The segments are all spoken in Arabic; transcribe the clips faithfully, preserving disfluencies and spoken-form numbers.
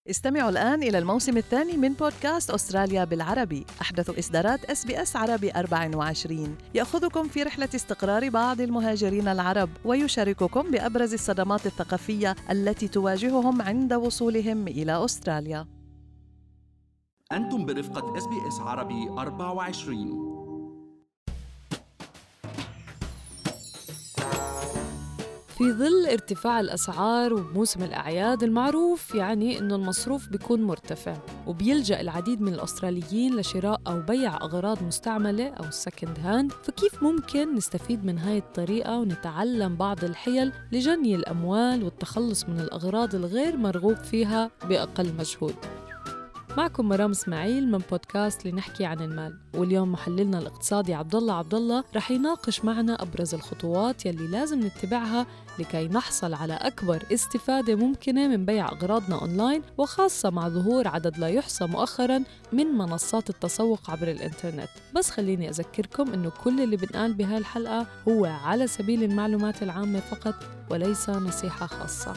استمعوا الآن إلى الموسم الثاني من بودكاست أستراليا بالعربي، أحدث إصدارات إس بي إس عربي أربعة وعشرين، يأخذكم في رحلة استقرار بعض المهاجرين العرب ويشارككم بأبرز الصدمات الثقافية التي تواجههم عند وصولهم إلى أستراليا. أنتم برفقة إس بي إس عربي أربعة وعشرين. في ظل ارتفاع الأسعار وموسم الأعياد المعروف يعني إنه المصروف بيكون مرتفع، وبيلجأ العديد من الأستراليين لشراء أو بيع أغراض مستعملة أو السكند هاند. فكيف ممكن نستفيد من هاي الطريقة ونتعلم بعض الحيل لجني الأموال والتخلص من الأغراض الغير مرغوب فيها بأقل مجهود؟ معكم مرام اسماعيل من بودكاست لنحكي عن المال، واليوم محللنا الاقتصادي عبدالله عبدالله رح يناقش معنا أبرز الخطوات يلي لازم نتبعها لكي نحصل على أكبر استفادة ممكنة من بيع أغراضنا أونلاين، وخاصة مع ظهور عدد لا يحصى مؤخراً من منصات التسوق عبر الإنترنت. بس خليني أذكركم إنه كل اللي بنقال بهاي الحلقة هو على سبيل المعلومات العامة فقط وليس نصيحة خاصة.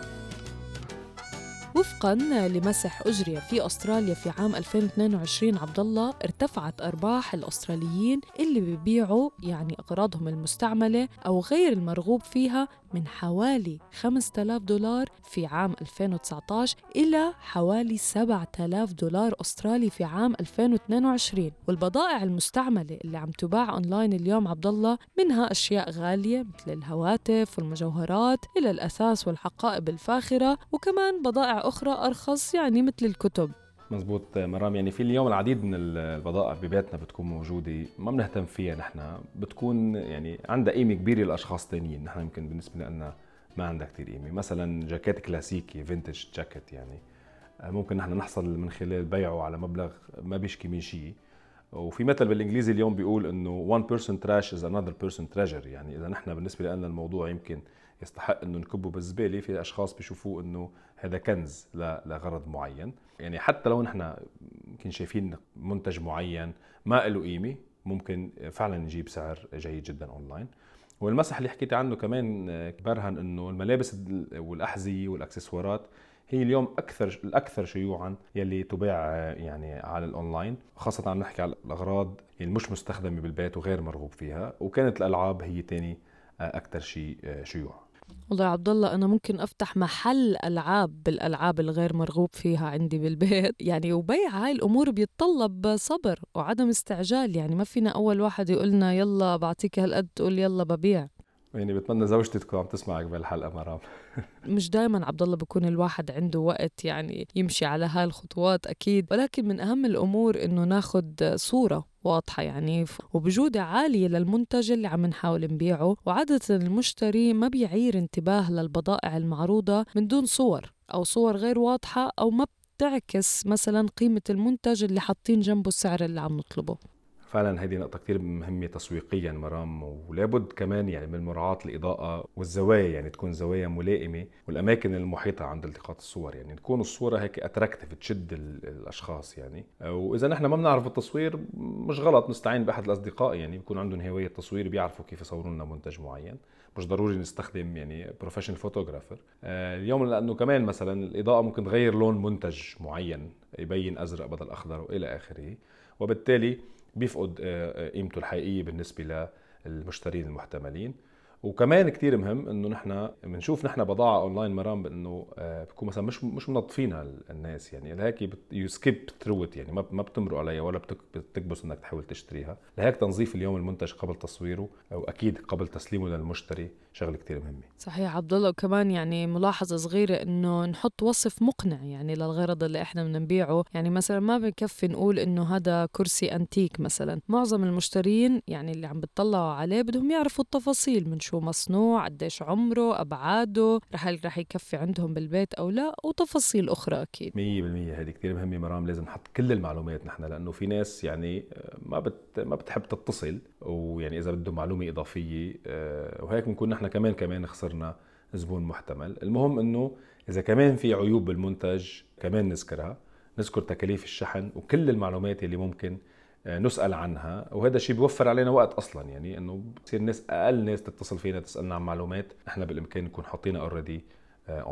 وفقاً لمسح أجري في أستراليا في عام ألفين واثنين وعشرين عبدالله، ارتفعت أرباح الأستراليين اللي بيبيعوا يعني أغراضهم المستعملة أو غير المرغوب فيها من حوالي خمسة آلاف دولار في عام ألفين وتسعة عشر إلى حوالي سبعة آلاف دولار أسترالي في عام ألفين واثنين وعشرين. والبضائع المستعملة اللي عم تباع أونلاين اليوم عبدالله منها أشياء غالية مثل الهواتف والمجوهرات إلى الأثاث والحقائب الفاخرة، وكمان بضائع أخرى أرخص يعني مثل الكتب. مزبوط مرام، يعني في اليوم العديد من البضائع ببيتنا بتكون موجودة ما بنهتم فيها، نحن بتكون يعني عندها قيمة كبيرة للأشخاص تانيين، نحن يمكن بالنسبة لنا ما عندها كتير قيمة. مثلا جاكيت كلاسيكي فينتج جاكيت يعني ممكن نحن نحصل من خلال بيعه على مبلغ ما بيشكي من شيء. وفي مثل بالإنجليزي اليوم بيقول إنه one person trash is another person treasure، يعني إذا نحن بالنسبة لنا الموضوع يمكن يستحق إنه نكبه بالزبالة، في أشخاص بيشوفوه إنه هذا كنز لغرض معين. يعني حتى لو نحن يمكن شايفين منتج معين ما له قيمة، ممكن فعلا نجيب سعر جيد جدا أونلاين. والمسح اللي حكيت عنه كمان برهن إنه الملابس والأحذية والأكسسوارات هي اليوم أكثر الأكثر شيوعاً يلي تباع يعني على الأونلاين، خاصة عم نحكي على الأغراض اللي مش مستخدمة بالبيت وغير مرغوب فيها. وكانت الألعاب هي تاني أكثر شيء شيوع. والله يا عبدالله أنا ممكن أفتح محل ألعاب بالألعاب الغير مرغوب فيها عندي بالبيت يعني، وبيع هاي الأمور بيتطلب صبر وعدم استعجال. يعني ما فينا أول واحد يقولنا يلا بعطيك هالقد تقول يلا ببيع. يعني بتمنى زوجتي تكون عم تسمعك بالحلقة مرام. مش دايما عبدالله بيكون الواحد عنده وقت يعني يمشي على هاي الخطوات أكيد، ولكن من أهم الأمور إنه ناخد صورة واضحة يعني وبجودة عالية للمنتج اللي عم نحاول نبيعه. وعادة المشتري ما بيعير انتباه للبضائع المعروضة من دون صور أو صور غير واضحة أو ما بتعكس مثلا قيمة المنتج اللي حاطين جنبه السعر اللي عم نطلبه. فعلا هذه نقطة كتير مهمة تسويقيا مرام، ولابد كمان يعني من مراعاة الإضاءة والزوايا، يعني تكون زوايا ملائمة، والأماكن المحيطة عند التقاط الصور، يعني تكون الصورة هيك أتراكتيف تشد الأشخاص يعني. وإذا نحن ما بنعرف التصوير مش غلط نستعين بأحد الأصدقاء يعني بيكون عندهم هواية تصوير بيعرفوا كيف يصوروا لنا منتج معين، مش ضروري نستخدم يعني بروفيشنال فوتوغرافر. اليوم لأنه كمان مثلا الإضاءة ممكن تغير لون منتج معين يبين أزرق بدل أخضر وإلى آخره، وبالتالي بيفقد قيمته الحقيقية بالنسبة للمشترين المحتملين. وكمان كتير مهم انه نحن بنشوف نحن بضاعة اونلاين مرام بانه بكون مثلا مش مش منظفينها الناس، يعني لهيك يو سكيب ثرو ات، يعني ما ما بتمرق عليها ولا بتكبس انك تحاول تشتريها. لهيك تنظيف اليوم المنتج قبل تصويره واكيد قبل تسليمه للمشتري شغله كتير مهمة. صحيح عبدالله، وكمان يعني ملاحظة صغيرة انه نحط وصف مقنع يعني للغرض اللي احنا بنبيعه. يعني مثلا ما بكفي نقول انه هذا كرسي انتيك مثلا، معظم المشترين يعني اللي عم بتطلعوا عليه بدهم يعرفوا التفاصيل من شو مصنوع، قديش عمره، ابعاده، رح رح يكفي عندهم بالبيت او لا، وتفاصيل اخرى اكيد. مية بالمية هذه كتير مهمة مرام، لازم نحط كل المعلومات نحن، لانه في ناس يعني ما بت ما بتحب تتصل، ويعني اذا بدهم معلومة اضافية وهيك بنكون نحن كمان كمان خسرنا زبون محتمل. المهم انه اذا كمان في عيوب بالمنتج كمان نذكرها، نذكر تكاليف الشحن وكل المعلومات اللي ممكن نسأل عنها، وهذا الشيء بيوفر علينا وقت أصلا، يعني إنه بصير ناس أقل ناس تتصل فينا تسألنا عن معلومات إحنا بالإمكان نكون حاطينها already أونلاين.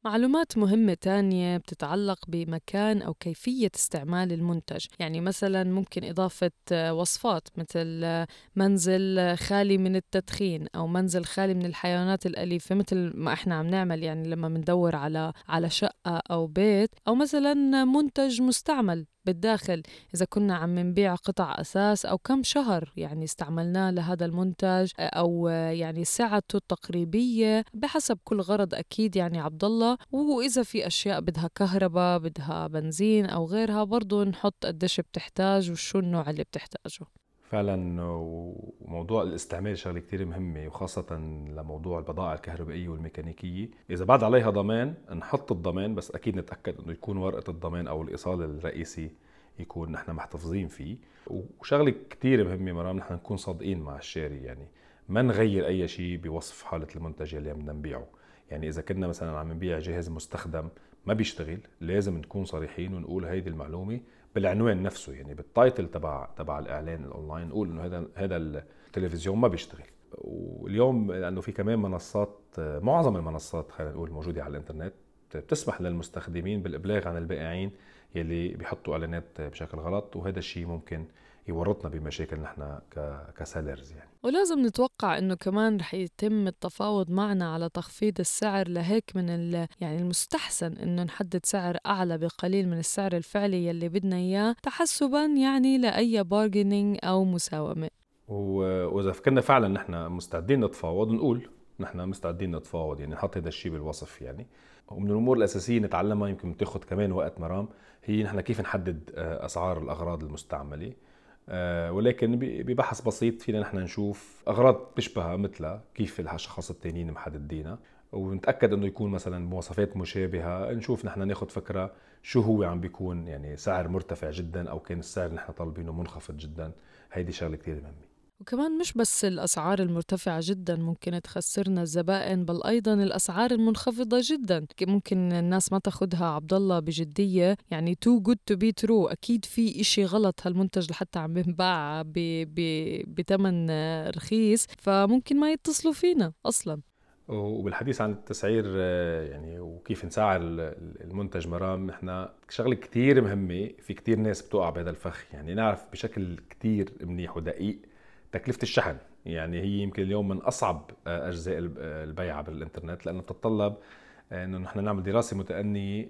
معلومات مهمة تانية بتتعلق بمكان أو كيفية استعمال المنتج، يعني مثلا ممكن إضافة وصفات مثل منزل خالي من التدخين أو منزل خالي من الحيوانات الأليفة مثل ما إحنا عم نعمل يعني لما مندور على على شقة أو بيت، أو مثلا منتج مستعمل بالداخل إذا كنا عم نبيع قطع أساس أو كم شهر يعني استعملناه لهذا المنتج، أو يعني سعته التقريبية بحسب كل غرض أكيد يعني عبد الله. وإذا في أشياء بدها كهرباء بدها بنزين أو غيرها برضو نحط قديش بتحتاج وشو النوع اللي بتحتاجه. فعلا، وموضوع الاستعمال شغله كتير مهمه، وخاصه لموضوع البضائع الكهربائيه والميكانيكيه. اذا بعد عليها ضمان نحط الضمان، بس اكيد نتاكد انه يكون ورقه الضمان او الايصال الرئيسي يكون نحن محتفظين فيه. وشغله كتير مهمه مرام نحن نكون صادقين مع الشاري، يعني ما نغير اي شيء بوصف حاله المنتج اللي بدنا نبيعه. يعني اذا كنا مثلا عم نبيع جهاز مستخدم ما بيشتغل، لازم نكون صريحين ونقول هيدي المعلومه بالعنوان نفسه، يعني بالتايتل تبع تبع الاعلان الاونلاين نقول انه هذا هذا التلفزيون ما بيشتغل. واليوم لانه في كمان منصات، معظم المنصات خلينا نقول موجوده على الانترنت بتسمح للمستخدمين بالابلاغ عن البائعين يلي بيحطوا اعلانات بشكل غلط، وهذا الشيء ممكن يورطنا بمشاكل نحن كسيلرز يعني. ولازم نتوقع انه كمان رح يتم التفاوض معنا على تخفيض السعر، لهيك من يعني المستحسن انه نحدد سعر اعلى بقليل من السعر الفعلي يلي بدنا اياه تحسبا يعني لاي بارجينينج او مساومه. واذا فكرنا فعلا نحن مستعدين نتفاوض نقول نحن مستعدين نتفاوض، يعني نحط هذا الشيء بالوصف يعني. ومن الامور الاساسيه نتعلمها يمكن تاخذ كمان وقت مرام هي نحن كيف نحدد اسعار الاغراض المستعمله، ولكن ببحث بسيط فينا نحن نشوف أغراض بتشبهها مثلها كيف الأشخاص التانيين محددينها، ونتأكد أنه يكون مثلا مواصفات مشابهة، نشوف نحن ناخد فكرة شو هو عم بيكون يعني سعر مرتفع جدا أو كان السعر نحن طالبينه منخفض جدا. هيدي شغلة كتير مهمة. وكمان مش بس الأسعار المرتفعة جدا ممكن تخسرنا الزبائن، بل أيضا الأسعار المنخفضة جدا ممكن الناس ما تاخدها عبد الله بجدية، يعني too good to be true، أكيد في إشي غلط هالمنتج لحتى عم بنباع بثمن رخيص، فممكن ما يتصلوا فينا أصلا. وبالحديث عن التسعير يعني وكيف نسعر المنتج مرام، نحن شغله كتير مهمة، في كتير ناس بتوقع بهذا الفخ، يعني نعرف بشكل كتير منيح ودقيق تكلفة الشحن. يعني هي يمكن اليوم من أصعب أجزاء البيع بالإنترنت، لأنه بتطلب أنه نحن نعمل دراسة متأنية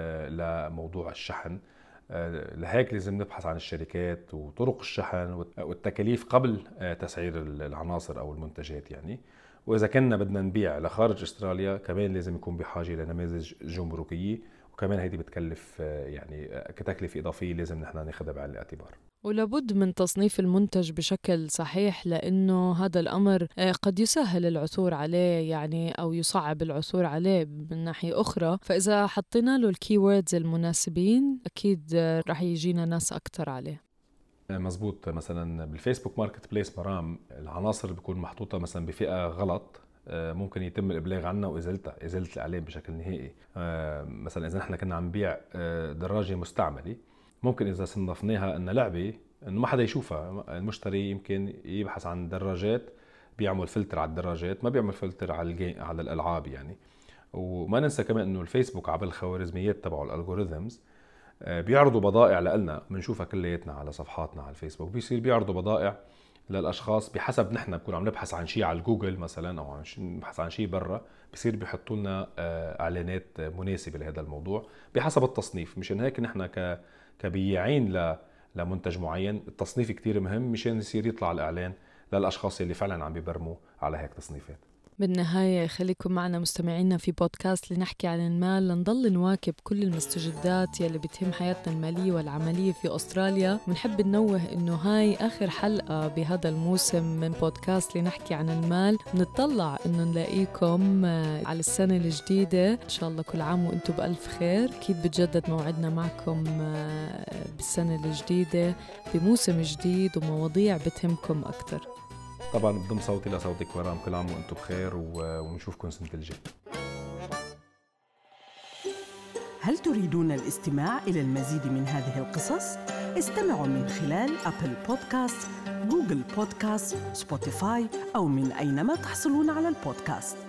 لموضوع الشحن. لهيك لازم نبحث عن الشركات وطرق الشحن والتكاليف قبل تسعير العناصر أو المنتجات يعني. وإذا كنا بدنا نبيع لخارج أستراليا كمان لازم يكون بحاجة لنماذج جمركية، وكمان هيدي بتكلف يعني كتكلفة إضافية لازم نحن ناخدها بعين الاعتبار. ولابد من تصنيف المنتج بشكل صحيح، لأنه هذا الأمر قد يسهل العثور عليه يعني أو يصعب العثور عليه من ناحية أخرى. فإذا حطينا له الكيوردز المناسبين أكيد رح يجينا ناس أكتر عليه. مزبوط. مثلا بالفيسبوك ماركت بليس مرام العناصر بيكون محطوطة مثلا بفئة غلط، ممكن يتم الإبلاغ عنها وإزالتها، إزالة الإعلان بشكل نهائي. مثلا إذا نحن كنا عم نبيع دراجة مستعملة، ممكن إذا صنفناها أن لعبة إنه ما حدا يشوفها، المشتري يمكن يبحث عن دراجات بيعمل فلتر على الدراجات، ما بيعمل فلتر على الجي... على الألعاب يعني. وما ننسى كمان إنه الفيسبوك عبر الخوارزميات تبعه الألغوريثمز بيعرضوا بضائع لنا بنشوفها كلياتنا على صفحاتنا على الفيسبوك، بيصير بيعرضوا بضائع للأشخاص بحسب نحن بكون عم نبحث عن شيء على جوجل مثلا أو عم نبحث عن شيء برا، بيصير بيحطوا لنا إعلانات مناسبة لهذا الموضوع بحسب التصنيف. مشان هيك نحن ك كبياعين لمنتج معين التصنيف كتير مهم مشان يصير يطلع الإعلان للأشخاص اللي فعلا عم بيبرموا على هيك تصنيفات. بالنهاية خليكم معنا مستمعينا في بودكاست لنحكي عن المال، لنضل نواكب كل المستجدات يلي بتهم حياتنا المالية والعملية في أستراليا. ونحب ننوه إنه هاي آخر حلقة بهذا الموسم من بودكاست لنحكي عن المال. نتطلع إنه نلاقيكم على السنة الجديدة إن شاء الله، كل عام وإنتم بألف خير. أكيد بتجدد موعدنا معكم بالسنة الجديدة بموسم جديد ومواضيع بتهمكم أكتر. طبعا بضم صوتي لصوتك مرام، كل عام وانتم بخير ونشوفكم سنة الجاي. هل تريدون الاستماع إلى المزيد من هذه القصص؟ استمعوا من خلال أبل بودكاست، جوجل بودكاست، سبوتيفاي أو من أينما تحصلون على البودكاست.